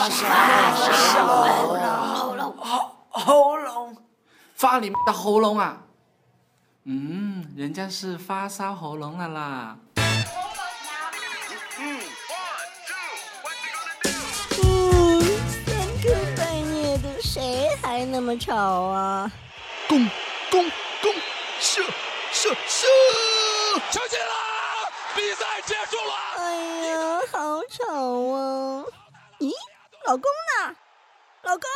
喉咙，发你的喉咙啊！人家是发烧喉咙了啦。 三更半夜的，谁还那么吵啊？ 攻，射， 球进了，比赛结束了。 哎呀，好吵啊！咦，老公呢？老公，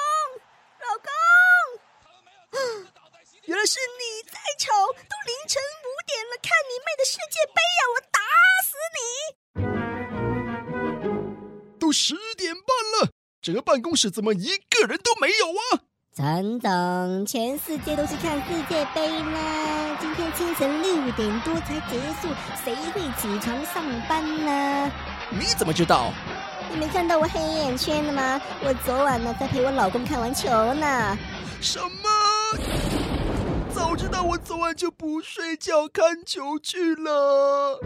原来是你在吵，都凌晨5点了，看你妹的世界杯呀！我打死你！ 都10点半了，整个办公室怎么一个人都没有啊？ 陈总，全世界都是看世界杯呢，今天清晨6点多才结束，谁会起床上班呢？ 你怎么知道？ 你没看到我黑眼圈了吗？我昨晚呢才陪我老公看完球呢。 什么？早知道我昨晚就不睡觉看球去了。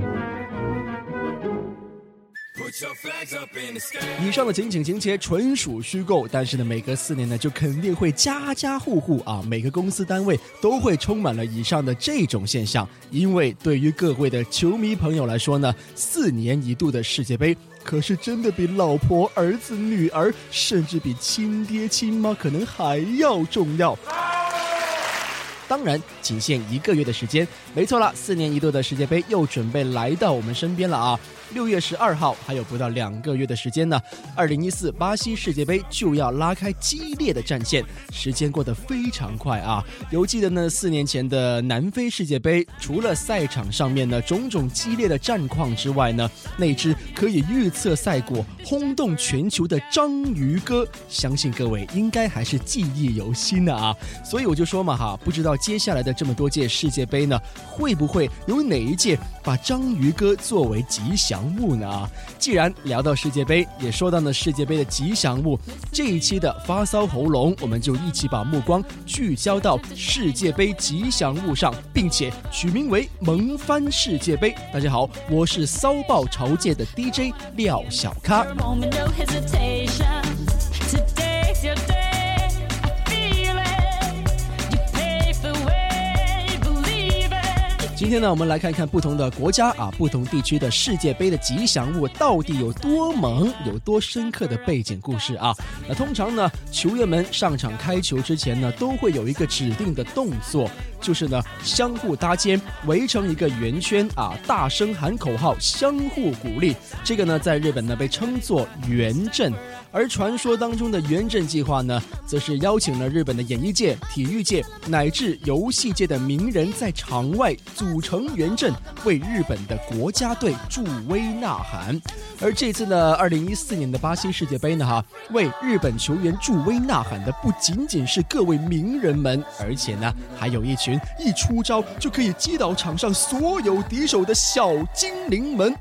以上的情景情节纯属虚构，但是呢，每隔4年呢，就肯定会家家户户啊，每个公司单位都会充满了以上的这种现象。因为对于各位的球迷朋友来说呢，4年一度的世界杯可是真的比老婆、儿子、女儿，甚至比亲爹亲妈可能还要重要。当然仅限1个月的时间，没错了，4年一度的世界杯又准备来到我们身边了啊！6月12号还有不到2个月的时间呢，2014巴西世界杯就要拉开激烈的战线，时间过得非常快啊！犹记得呢，4年前的南非世界杯，除了赛场上面呢种种激烈的战况之外呢，那支可以预测赛果、轰动全球的章鱼哥，相信各位应该还是记忆犹新的啊！所以我就说嘛哈，不知道接下来的这么多届世界杯呢，会不会有哪一届把章鱼哥作为吉祥物呢？既然聊到世界杯，也说到了世界杯的吉祥物，这一期的发烧喉咙，我们就一起把目光聚焦到世界杯吉祥物上，并且取名为萌翻世界杯。大家好，我是骚爆潮界的 DJ 廖小咖。今天呢，我们来看一看不同的国家啊，不同地区的世界杯的吉祥物到底有多萌，有多深刻的背景故事啊。那通常呢，球员们上场开球之前呢，都会有一个指定的动作，就是呢相互搭肩，围成一个圆圈啊，大声喊口号，相互鼓励。这个呢，在日本呢被称作圆阵。而传说当中的圆阵计划呢，则是邀请了日本的演艺界、体育界乃至游戏界的名人在场外组成圆阵，为日本的国家队助威呐喊。而这次呢，2014年的巴西世界杯呢，为日本球员助威呐喊的不仅仅是各位名人们，而且呢，还有一群一出招就可以击倒场上所有敌手的小精灵们。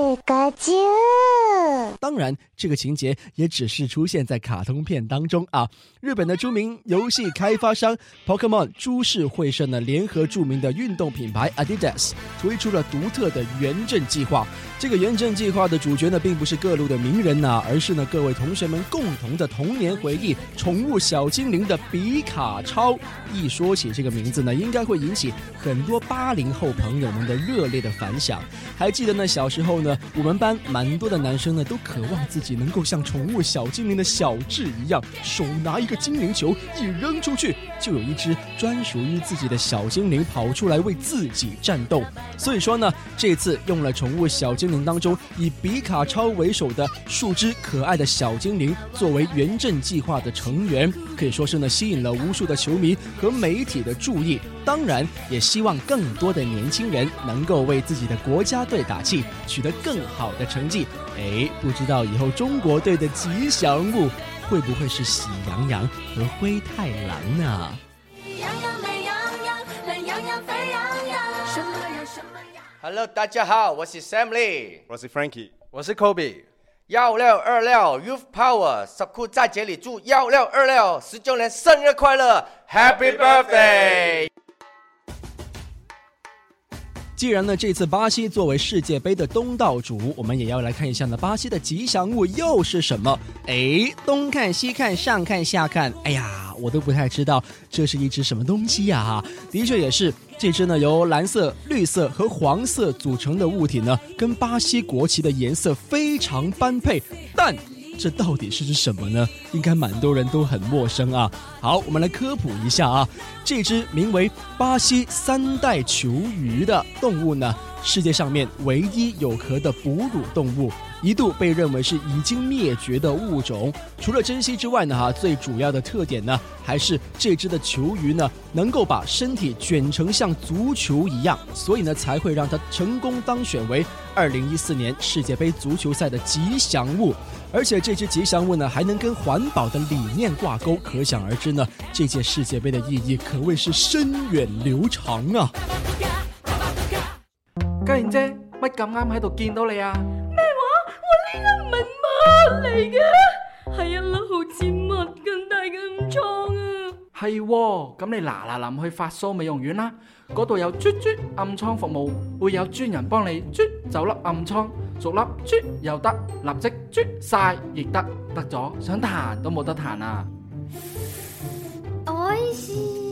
当然，这个情节也只是出现在卡通片当中啊。日本的著名游戏开发商 Pokemon 株式会社呢，联合著名的运动品牌 Adidas 推出了独特的圆阵计划。这个圆阵计划的主角呢，并不是各路的名人呐，而是呢各位同学们共同的童年回忆——宠物小精灵的比卡超。一说起这个名字呢，应该会引起很多80后朋友们的热烈的反响。还记得呢，小时候呢，我们班蛮多的男生呢，都渴望自己能够像宠物小精灵的小智一样，手拿一个精灵球，一扔出去，就有一只专属于自己的小精灵跑出来为自己战斗。所以说呢，这次用了宠物小精灵当中以比卡超为首的数只可爱的小精灵作为圆阵计划的成员，可以说是呢吸引了无数的球迷和媒体的注意。当然，也希望更多的年轻人能够为自己的国家队打气，取得更好的成绩。不知道以后中国队的吉祥物会不会是喜羊羊和灰太狼呢？ Hello， 大家好，我是 Sam Lee， 我是 Frankie， 我是 Kobe。 1626 Youth Power 石库在这里祝1626 19年生日快乐 ，Happy Birthday！ 既然呢这次巴西作为世界杯的东道主，我们也要来看一下呢巴西的吉祥物又是什么。东看西看上看下看，哎呀，我都不太知道这是一只什么东西呀。的确也是，这只呢由蓝色、绿色和黄色组成的物体呢，跟巴西国旗的颜色非常般配，但这到底是指什么呢？应该蛮多人都很陌生啊。好，我们来科普一下啊。这只名为巴西三代球鱼的动物呢，世界上面唯一有壳的哺乳动物，一度被认为是已经灭绝的物种。除了珍稀之外呢，最主要的特点呢，还是这只的球鱼呢，能够把身体卷成像足球一样，所以呢，才会让它成功当选为2014年世界杯足球赛的吉祥物。而且这只吉祥物呢，还能跟环保的理念挂钩，可想而知呢，这届世界杯的意义可谓是深遠流長啊！ 嘉賢姐，乜咁啱喺度見到你啊？ 咩話？我呢個唔係襪嚟嘅，係一粒好似襪咁大嘅暗瘡啊！ 係喎，咁你嗱臨去發蘇美容院啦，嗰度有啜啜暗瘡服務，會有專人幫你啜走粒暗瘡，逐粒啜又得，立即啜晒亦得，得咗想彈都冇得彈啊！ おいしい。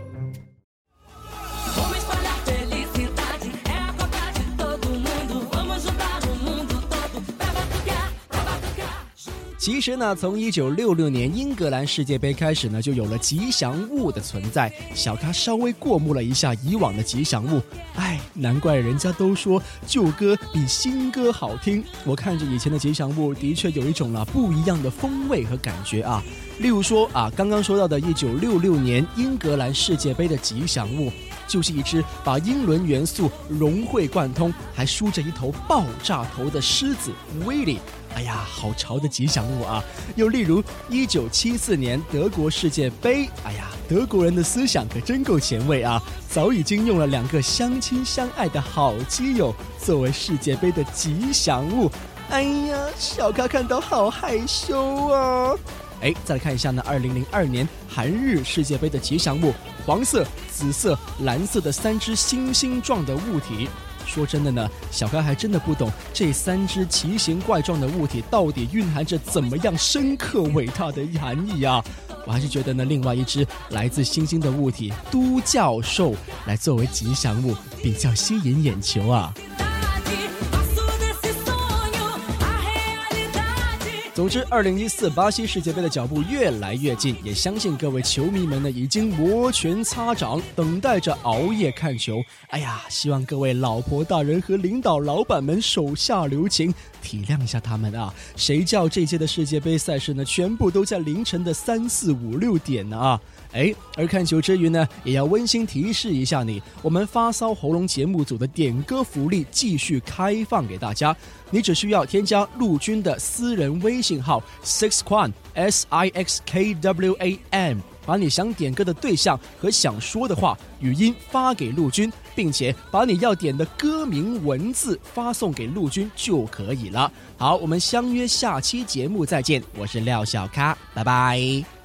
其实呢，从1966年英格兰世界杯开始呢，就有了吉祥物的存在。小咖稍微过目了一下以往的吉祥物，难怪人家都说旧歌比新歌好听。我看着以前的吉祥物，的确有一种不一样的风味和感觉啊。例如说刚刚说到的1966年英格兰世界杯的吉祥物，就是一只把英伦元素融会贯通，还梳着一头爆炸头的狮子威利。哎呀，好潮的吉祥物啊！又例如1974年德国世界杯，哎呀，德国人的思想可真够前卫啊！早已经用了2个相亲相爱的好基友作为世界杯的吉祥物。哎呀，小咖看到好害羞啊！再来看一下呢，2002年韩日世界杯的吉祥物，黄色、紫色、蓝色的3只星星状的物体。说真的呢，小咖还真的不懂这3只奇形怪状的物体到底蕴含着怎么样深刻伟大的含义啊！我还是觉得呢，另外一只来自星星的物体都教授来作为吉祥物比较吸引眼球啊。总之2014巴西世界杯的脚步越来越近，也相信各位球迷们呢已经摩拳擦掌，等待着熬夜看球。哎呀，希望各位老婆大人和领导老板们手下留情，体谅一下他们啊！谁叫这届的世界杯赛事呢全部都在凌晨的3、4、5、6点呢啊！而看球之余呢，也要温馨提示一下你，我们发骚喉咙节目组的点歌福利继续开放给大家。你只需要添加陆军的私人微信号 Sixkwan SIXKWAN， 把你想点歌的对象和想说的话语音发给陆军，并且把你要点的歌名文字发送给陆军就可以了。好，我们相约下期节目再见，我是廖小咖，拜拜。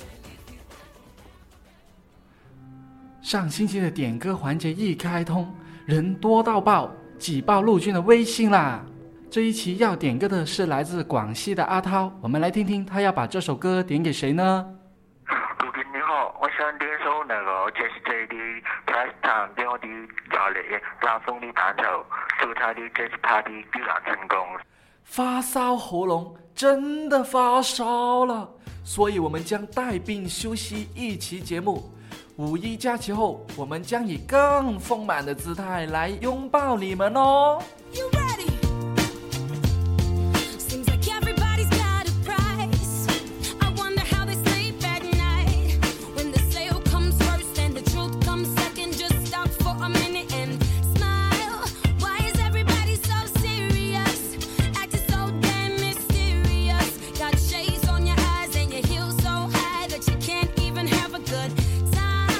上星期的点歌环节一开通，人多到爆，挤爆陆军的微信啦！这一期要点歌的是来自广西的阿涛，我们来听听他要把这首歌点给谁呢？ 陆军你好，我想点首那个杰西 J 的 Press Time 给我的教练朗诵的弹奏，祝他的这次 party 举办成功。 发烧喉咙真的发烧了，所以我们将带病休息一期节目。5一假期后，我们将以更丰满的姿态来拥抱你们哦。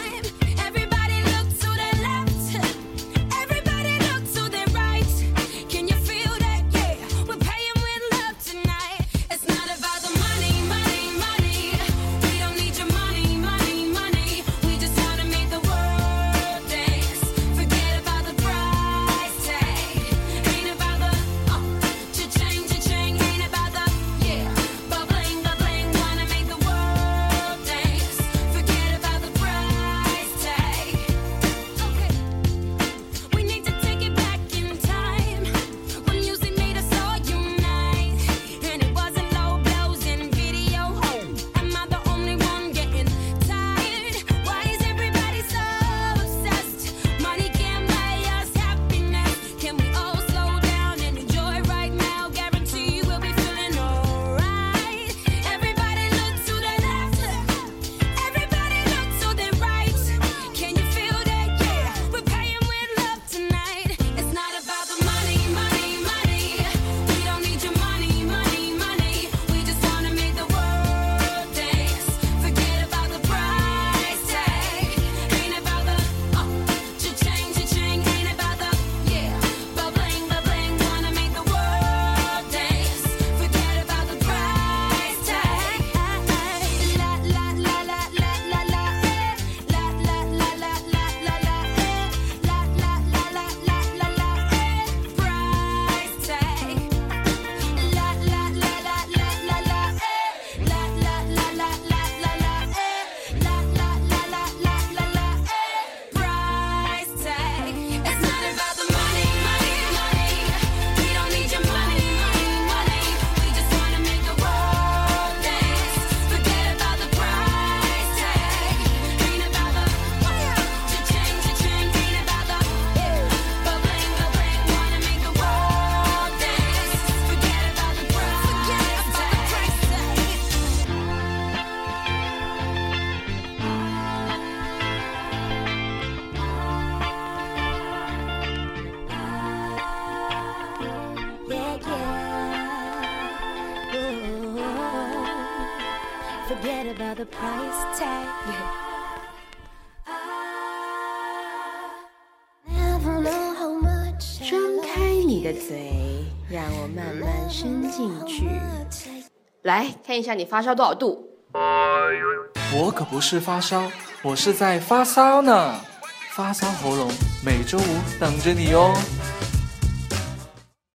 Everybody look to their left, everybody look to their right. Forget about the price tag. Never know how much. 张开你的嘴，让我慢慢伸进去。来看一下你发烧多少度？ 我可不是发烧，我是在发烧呢。发烧喉咙每周五等着你哦。